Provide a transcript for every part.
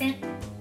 戦。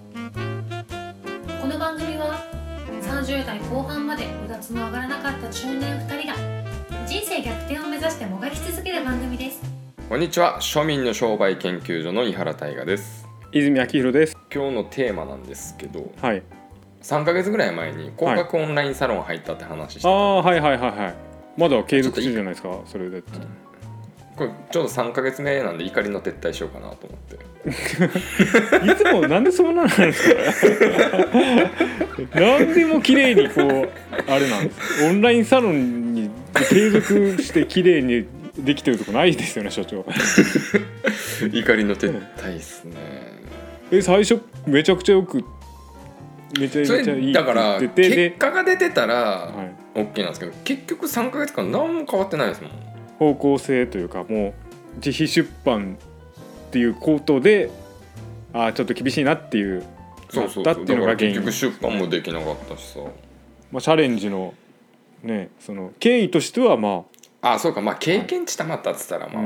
この番組は30代後半までうだつの上がらなかった中年2人が人生逆転を目指してもがき続ける番組です。 こんにちは、庶民の商売研究所の井原大我です。 泉明弘です。 今日のテーマなんですけど、 はい、 3ヶ月ぐらい前に広角オンラインサロン入ったって話してた、 はいはいまだ継続中じゃないですか。それでこれちょうど3ヶ月目なんで怒りの撤退しようかなと思っていつもなんでそうなんですかなんでも綺麗にこうあれなんです。オンラインサロンに継続して綺麗にできてるとこないですよね、所長怒りの撤退ですね。 最初めちゃくちゃよくめちゃめちゃいいって言ってて、 だから結果が出てたらはい、 OK なんですけど、結局3ヶ月間何も変わってないですもん。 方向性というか、もう自費出版っていうことでちょっと厳しいなっていうそうだっていうのが原因。 結局出版もできなかったしさ、 チャレンジのね、その経緯としてはそうか、経験値たまったって言ったら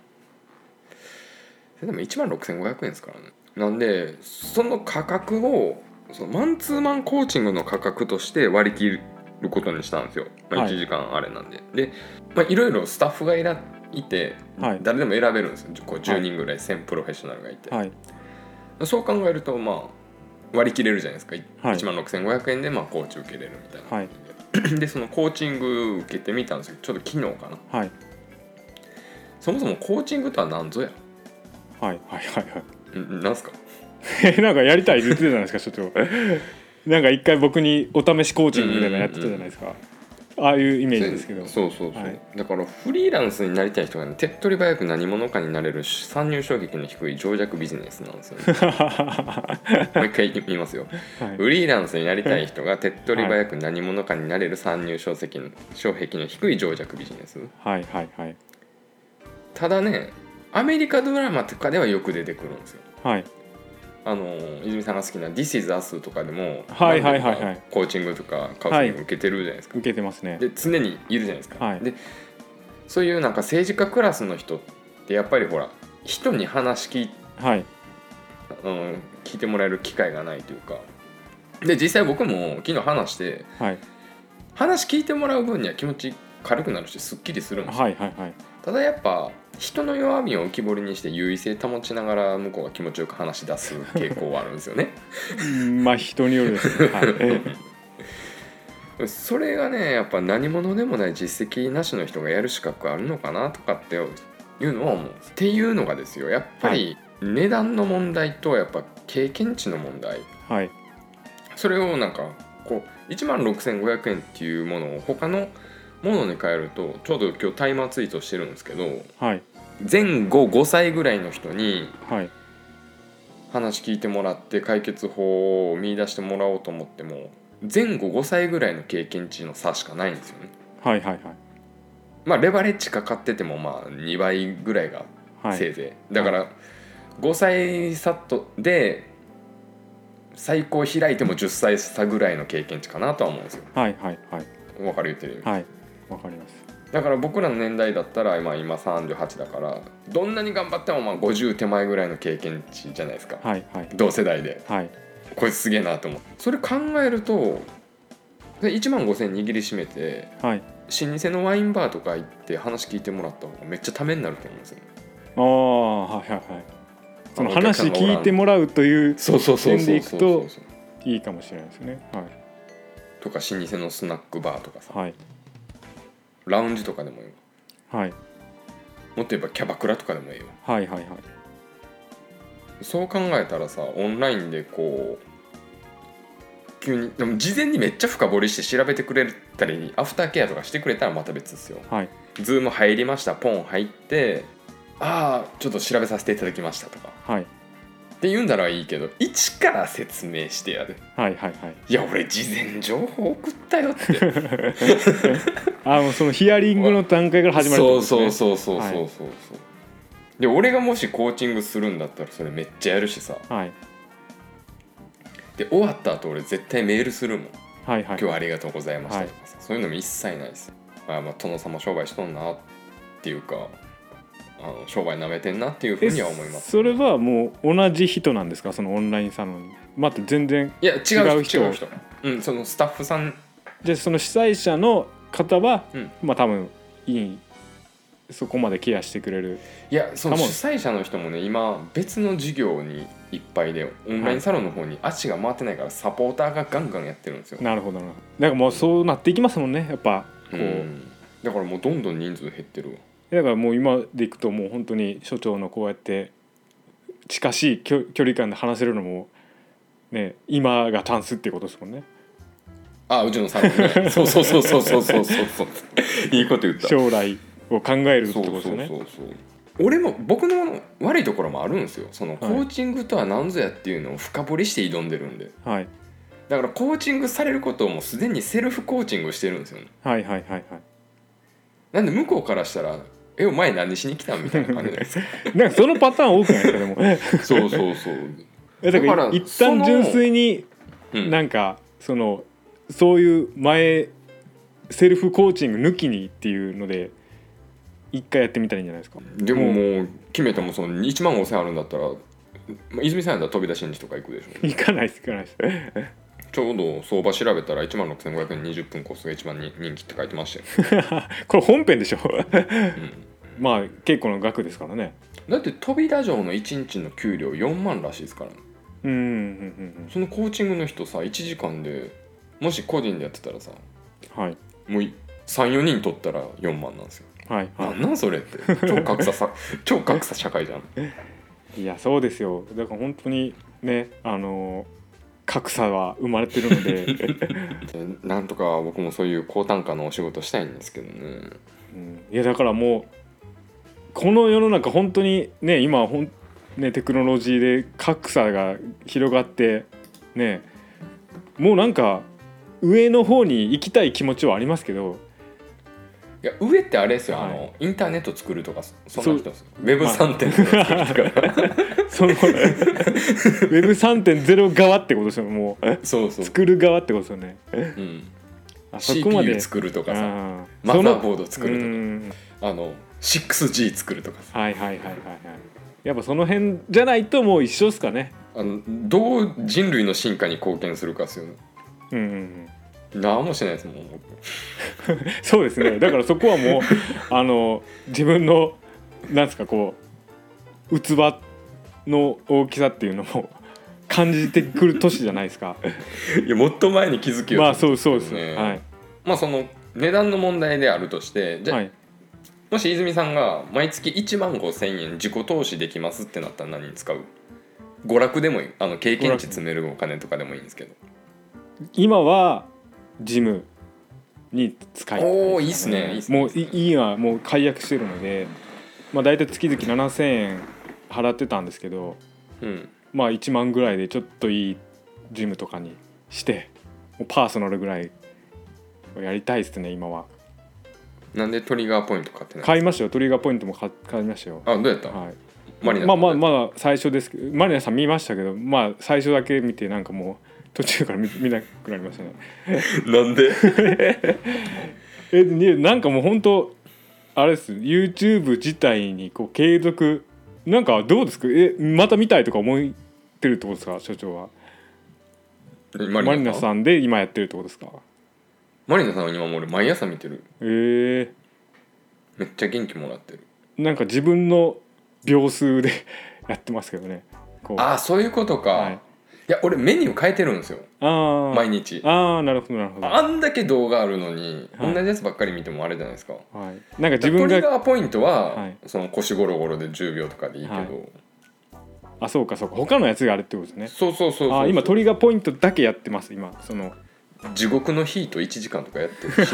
でも16,500円ですからね。なんでその価格をそのマンツーマンコーチングの価格として割り切ることにしたんですよ。1時間あれなんで、で、いろいろスタッフがいて、誰でも選べるんですよ。こう10人ぐらい1000プロフェッショナルがいて、そう考えると割り切れるじゃないですか。16,500円でコーチ受けれるみたいな感じで、でそのコーチング受けてみたんですよ。ちょっと昨日かな、そもそもコーチングとは何ぞや。なんすかなんかやりたいって言ってたじゃないですか、所長なんか一回僕にお試しコーチングみたいなのやってたじゃないですか。ああいうイメージですけど。 そう、だからフリーランスになりたい人が手っ取り早く何者かになれる参入障壁の低い情弱ビジネスなんですよねもう一回言いますよ、フリーランスになりたい人が手っ取り早く何者かになれる参入障壁の低い情弱ビジネス。ただね、アメリカドラマとかではよく出てくるんですよ。泉さんが好きな This is Us とかでもコーチングとかカウンセリング受けてるじゃないですか。 受けてますね。 で常にいるじゃないですか。でそういうなんか政治家クラスの人ってやっぱりほら人に話聞いてもらえる機会がないというか、で実際僕も昨日話して、話聞いてもらう分には気持ち軽くなるしすっきりするんですよ。ただやっぱ人の弱みを浮き彫りにして優位性保ちながら向こうが気持ちよく話し出す傾向はあるんですよね人によるですね、 それがね、やっぱ何者でもない実績なしの人がやる資格あるのかなとかっていうのは思う。っていうのがですよ、やっぱり値段の問題とやっぱ経験値の問題、それをなんかこう16,500円っていうものを他のものに変えると、ちょうど今日タイマーツイートしてるんですけど、前後5歳ぐらいの人に話聞いてもらって解決法を見出してもらおうと思っても前後5歳ぐらいの経験値の差しかないんですよね。レバレッジかかってても2倍ぐらいがせいぜいだから、5歳差で最高開いても10歳差ぐらいの経験値かなとは思うんですよ。わかる言ってる意味。 わかります。 だから僕らの年代だったら今38だから、どんなに頑張っても50手前ぐらいの経験値じゃないですか、同世代で、こいつすげえなと思う。それ考えると15,000握りしめて、老舗のワインバーとか行って話聞いてもらった方がめっちゃためになると思うんですよ。 その話聞いてもらうという点でいくといいかもしれないですね。 とか老舗のスナックバーとかさ、ラウンジとかでもいいわ、もっと言えばキャバクラとかでもいいわ。そう考えたらさ、オンラインでこう急にでも事前にめっちゃ深掘りして調べてくれたりアフターケアとかしてくれたらまた別ですよ。ズーム入りました、ポン入ってちょっと調べさせていただきましたとか、って言うんならいいけど、一から説明してやる。いや俺事前情報送ったよってもうそのヒアリングの段階から始まるってことですね。 そうで、俺がもしコーチングするんだったらそれめっちゃやるしさ、で終わった後俺絶対メールするもん、今日はありがとうございましたとかさ、そういうのも一切ないです。殿様商売しとんなっていうか、 商売なめてんなっていうふうには思います。 それはもう同じ人なんですか、そのオンラインサロンに。待って、全然いや違う人人、そのスタッフさん。 じゃあその主催者の方は、 うん多分そこまでケアしてくれる。 いやその主催者の人もね今別の事業にいっぱいでオンラインサロンの方に足が回ってないからサポーターがガンガンやってるんですよ。 なるほどな。だからもうそうなっていきますもんね、やっぱこう、 だからもうどんどん人数減ってるわ。 だからもう今でいくともう本当に所長のこうやって近しい距離感で話せるのもね、今がチャンスっていうことですもんね。 うちのサロンねそういいこと言った。 将来を考えるってことですよね。 そう俺も僕の悪いところもあるんですよ。そのコーチングとは何ぞやっていうのを深掘りして挑んでるんで、 はい、 だからコーチングされることをもうすでにセルフコーチングしてるんですよね。 はいはいはいはい。 なんで向こうからしたらお前何しに来たんみたいな感じじゃないですかなんかそのパターン多くないですかでもそうだから一旦純粋になんかそういうセルフコーチング抜きにっていうので一回やってみたらいいんじゃないですか。 でももう決めてもその1万5000あるんだったら泉さんやったら飛び出しにとか行くでしょ。 行かないですちょうど相場調べたら16,500円20分コースが一番人気って書いてましたよこれ本編でしょまあ結構の額ですからね。 だって飛び出場の1日の給料4万らしいですからね。そのコーチングの人さ1時間でもし個人でやってたらさ、 はい、 もう 3,4 人取ったら4万なんですよ。 はいはい、 なんそれって超格差社会じゃんいやそうですよ。だから本当にね格差は生まれてるのでなんとか僕もそういう高単価のお仕事したいんですけどね、 いやだからもうこの世の中本当にね今テクノロジーで格差が広がってね、もうなんか上の方に行きたい気持ちはありますけど、 いや上ってあれですよ、インターネット作るとかそんな人ですよ。Web3.0 作るとかそのWeb3.0 側ってことですよ。もうそう作る側ってことですよね。 そこまで CPU 作るとかさ、マザーボード作るとか6G 作るとかさ、 はいやっぱその辺じゃないともう一緒ですかね。 どう人類の進化に貢献するかですよね。何もしないですもんそうですね。だからそこはもう自分のなんですかこう器の大きさっていうのも感じてくる年じゃないですかいやもっと前に気づきようと思って、 そうですね。はい。 まあその値段の問題であるとしてじゃあ、もし泉さんが毎月15,000円自己投資できますってなったら何に使う？娯楽でもいい、経験値積めるお金とかでもいいんですけど、 今はジムに使いたいですね。 いいっすね。 もう今もう解約してるので、だいたい月々7,000円払ってたんですけど、1万ぐらいでちょっといいジムとかにしてもうパーソナルぐらいやりたいですね今は。 なんでトリガーポイント買ってない？ 買いましたよ。トリガーポイントも買いましたよ。 どうやった？マリナまだ最初ですけど、マリナさん見ましたけど、最初だけ見てなんかもう途中から見なくなりましたねなんでなんかもう本当あれです。 YouTube 自体にこう継続なんかどうですか？また見たいとか思ってるってことですか所長は？マリナさんで今やってるってことですか？ マリナさんは今も俺毎朝見てる。めっちゃ元気もらってる。なんか自分の秒数でやってますけどね。 そういうことか、いや俺メニュー変えてるんですよ毎日。 なるほどなるほど。 あんだけ動画あるのに、同じやつばっかり見てもあれじゃないですか。 なんか自分がトリガーポイントは、その腰ゴロゴロで10秒とかでいいけど、 そうか他のやつがあるってことですね。 そう今トリガーポイントだけやってます。今その地獄のヒート1時間とかやってる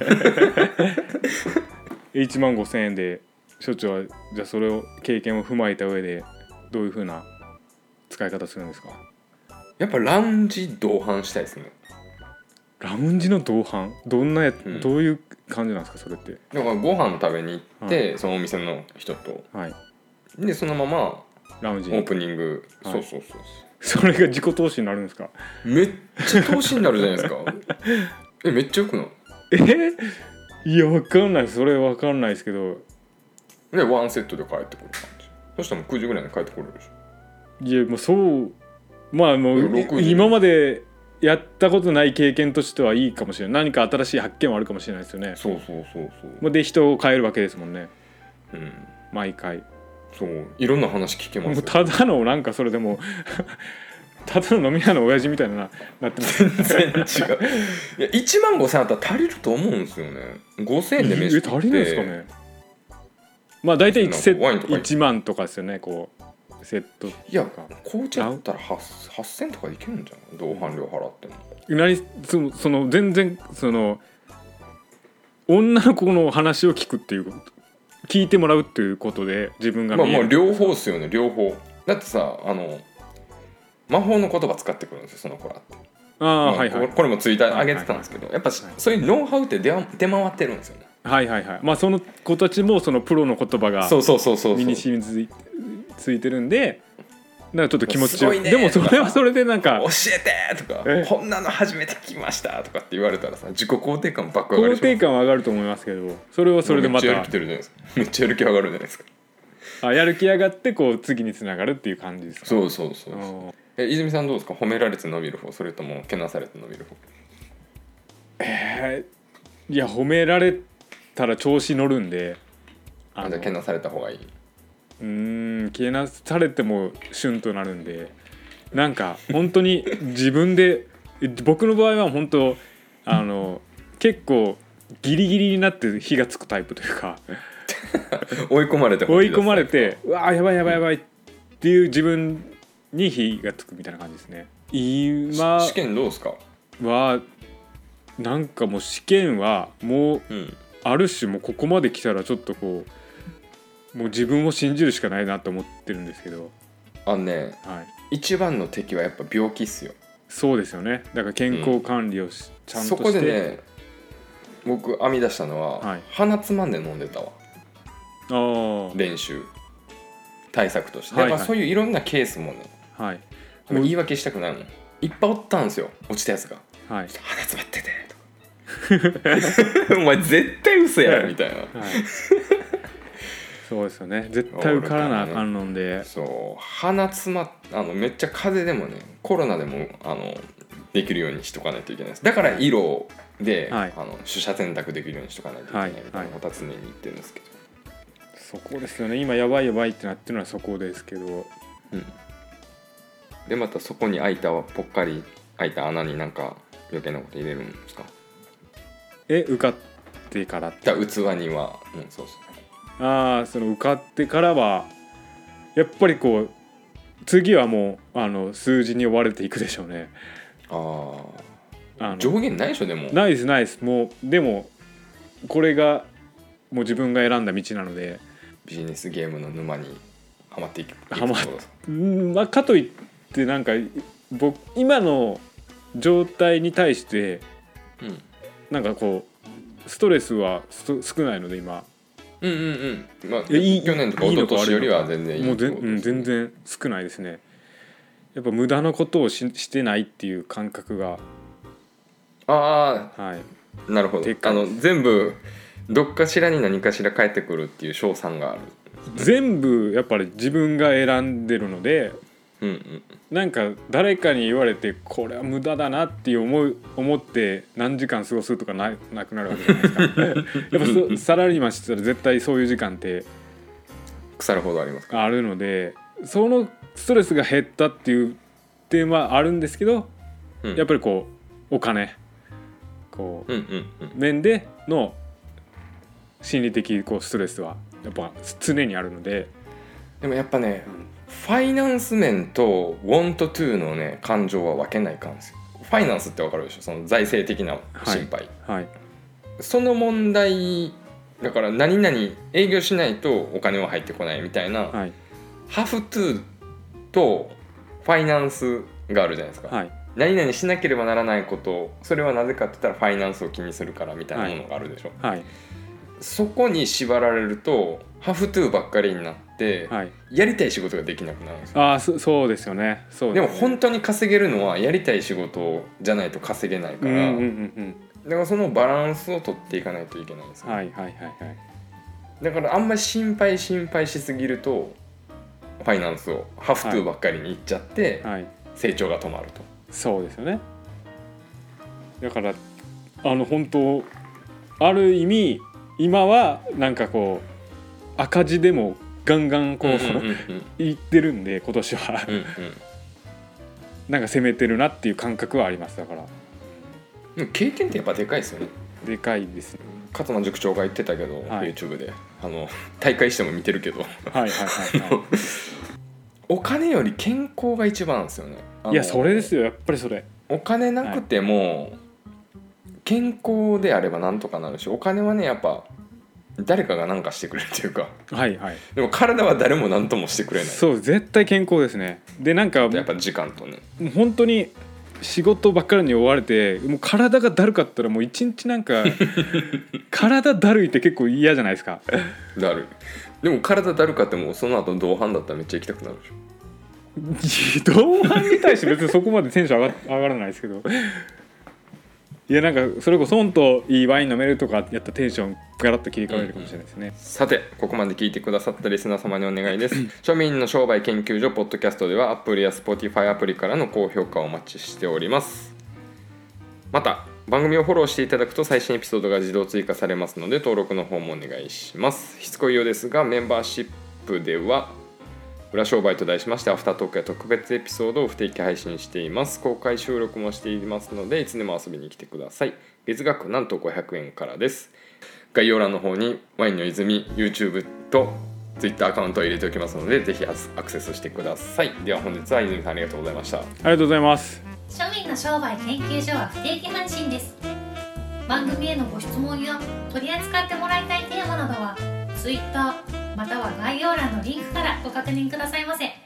15,000円で所長はじゃあそれを経験を踏まえた上でどういう風な使い方するんですか？ やっぱラウンジ同伴したいですね。 ラウンジの同伴どんなどういう感じなんですかそれって？ だからご飯食べに行って、そのお店の人と、でそのままラウンジオープニング、 それが自己投資になるんですか？ めっちゃ投資になるじゃないですかめっちゃよくない？ いやわかんない。それわかんないですけど、 でワンセットで帰ってくる感じ。そしたらもう9時ぐらいに帰ってくるでしょ。 いやもうそうまあもう 6時今までやったことない経験としてはいいかもしれない。何か新しい発見はあるかもしれないですよね。 そうそうで人を変えるわけですもんね、 うん、 毎回。 そういろんな話聞けますよ。 もうただのなんかそれでもただの飲み屋の親父みたいななってます全然違う。いや1万5,000円あったら足りると思うんですよね。5,000円で飯食って足りないですかね。まあ大体ワインとか 1万とかですよね、こうセットとか。 いや紅茶だったら8,000とかいけるんじゃん、同伴料払っても。 その全然その女の子の話を聞くっていう聞いてもらうっていうことで自分が見える。 まあ両方っすよね、両方。だってさ魔法の言葉使ってくるんですよその子らって。 はいはい、 これもツイッター上げてたんですけど、やっぱそういうノウハウって出回ってるんですよね。 はいはいはい。まあその子たちもそのプロの言葉が身に染みついてるんで、なんかちょっと気持ちよい、ね、でもそれはそれでなんか教えてとかこんなの初めて聞きましたとかって言われたらさ、自己肯定感ばっか上がる。 肯定感は上がると思いますけど、それはそれでまためっちゃやる気出るじゃないですか。めっちゃやる気上がるじゃないですか。 やる気上がってこう次につながるっていう感じですか。 そう泉さんどうですか？褒められて伸びる方、それともけなされて伸びる方？ いや褒められたら調子乗るんで、 じゃあけなされた方がいい。 けなされてもシュンとなるんで、なんか本当に自分で僕の場合は本当結構ギリギリになって火がつくタイプというか追い込まれてうわーやばいやばいやばいっていう自分に火がつくみたいな感じですね。今試験どうですか？ はなんかもう試験はもう、ある種もうここまで来たらちょっとこうもう自分を信じるしかないなと思ってるんですけど、 一番の敵はやっぱ病気っすよ。 そうですよね。だから健康管理をちゃんとして、 そこでね僕編み出したのは、鼻つまんで飲んでたわ。練習対策として。だからそういういろんなケースもね、もう言い訳したくないもん。いっぱいおったんですよ落ちたやつが。鼻つまっててお前絶対嘘やみたいな。 そうですよね。絶対受からなあかんので。 そう鼻つまめっちゃ風邪でもねコロナでもできるようにしとかないといけないです。だから色で、取捨選択できるようにしとかないといけないみたいなことは常に言ってるんですけど、 そこですよね。今やばいやばいってなってるのはそこですけど、 でまたそこにぽっかり開いた穴になんか余計なこと入れるんですか？ 受かってからって器には、そうその受かってからはやっぱりこう次はもう数字に追われていくでしょうね。 上限ないでしょ？でもないですもう。でもこれがもう自分が選んだ道なので、 ビジネスゲームの沼にはまっていくかといってなんか今の状態に対して、なんかこうストレスは少ないので今。 去年とか一昨年よりは全然いい。 もう全然少ないですね。やっぱ無駄なことをしてないっていう感覚が。なるほど。全部どっかしらに何かしら返ってくるっていう勝算がある。 全部やっぱり自分が選んでるので、なんか誰かに言われてこれは無駄だなって思って何時間過ごすとかなくなるわけじゃないですか。やっぱサラリーマンしてたら絶対そういう時間って腐るほどありますか？ あるので、そのストレスが減ったっていう点はあるんですけど、やっぱりこうお金面での心理的ストレスはやっぱ常にあるので。 でもやっぱね、ファイナンス面と want to のね感情は分けないかんですよ。ファイナンスって分かるでしょ？その財政的な心配、その問題だから何々営業しないとお金は入ってこないみたいな、ハフトゥとファイナンスがあるじゃないですか。何々しなければならないこと、それはなぜかって言ったらファイナンスを気にするからみたいなものがあるでしょ。そこに縛られるとハフトゥばっかりになって、やりたい仕事ができなくなるんですよ。 そうですよね。 でも本当に稼げるのはやりたい仕事じゃないと稼げないから、だからそのバランスを取っていかないといけないんですよ。 だからあんまり心配しすぎるとファイナンスをハフトゥーばっかりにいっちゃって、 はい、 成長が止まると。 そうですよね。だから本当ある意味今はなんかこう赤字でもガンガンこう、いってるんで今年はなんか攻めてるなっていう感覚はあります。だからでも経験ってやっぱでかいですよね。 でかいですね。 勝間塾長が言ってたけど、 はい、 YouTube で大会しても見てるけどお金より健康が一番なんですよね。 いやそれですよ、やっぱりそれ。 お金なくても、健康であればなんとかなるし、お金はねやっぱ誰かが何かしてくれるっていうか、 はいはい、 でも体は誰も何ともしてくれない。 そう絶対健康ですね。でなんかやっぱ時間とね、 本当に仕事ばっかりに追われてもう体がだるかったらもう一日なんか体だるいって結構嫌じゃないですか。 だるい。でも体だるかってもうその後同伴だったらめっちゃ行きたくなるでしょ。同伴に対して別にそこまでテンション上がらないですけどいやなんかそれこそ本当いいワイン飲めるとかやったらテンションガラッと切り替えるかもしれないですね。 さてここまで聞いてくださったリスナー様にお願いです。庶民の商売研究所ポッドキャストでは Apple や Spotify アプリからの高評価をお待ちしております。また番組をフォローしていただくと最新エピソードが自動追加されますので登録の方もお願いします。しつこいようですがメンバーシップでは裏商売と題しましてアフタートークや特別エピソードを不定期配信しています。公開収録もしていますのでいつでも遊びに来てください。月額なんと500円からです。概要欄の方にワインの泉 YouTube と Twitter アカウントを入れておきますのでぜひアクセスしてください。では本日は泉さんありがとうございました。 ありがとうございます。 庶民の商売研究所は不定期配信です。番組へのご質問や取り扱ってもらいたいテーマなどは Twitter または概要欄のリンクからご確認くださいませ。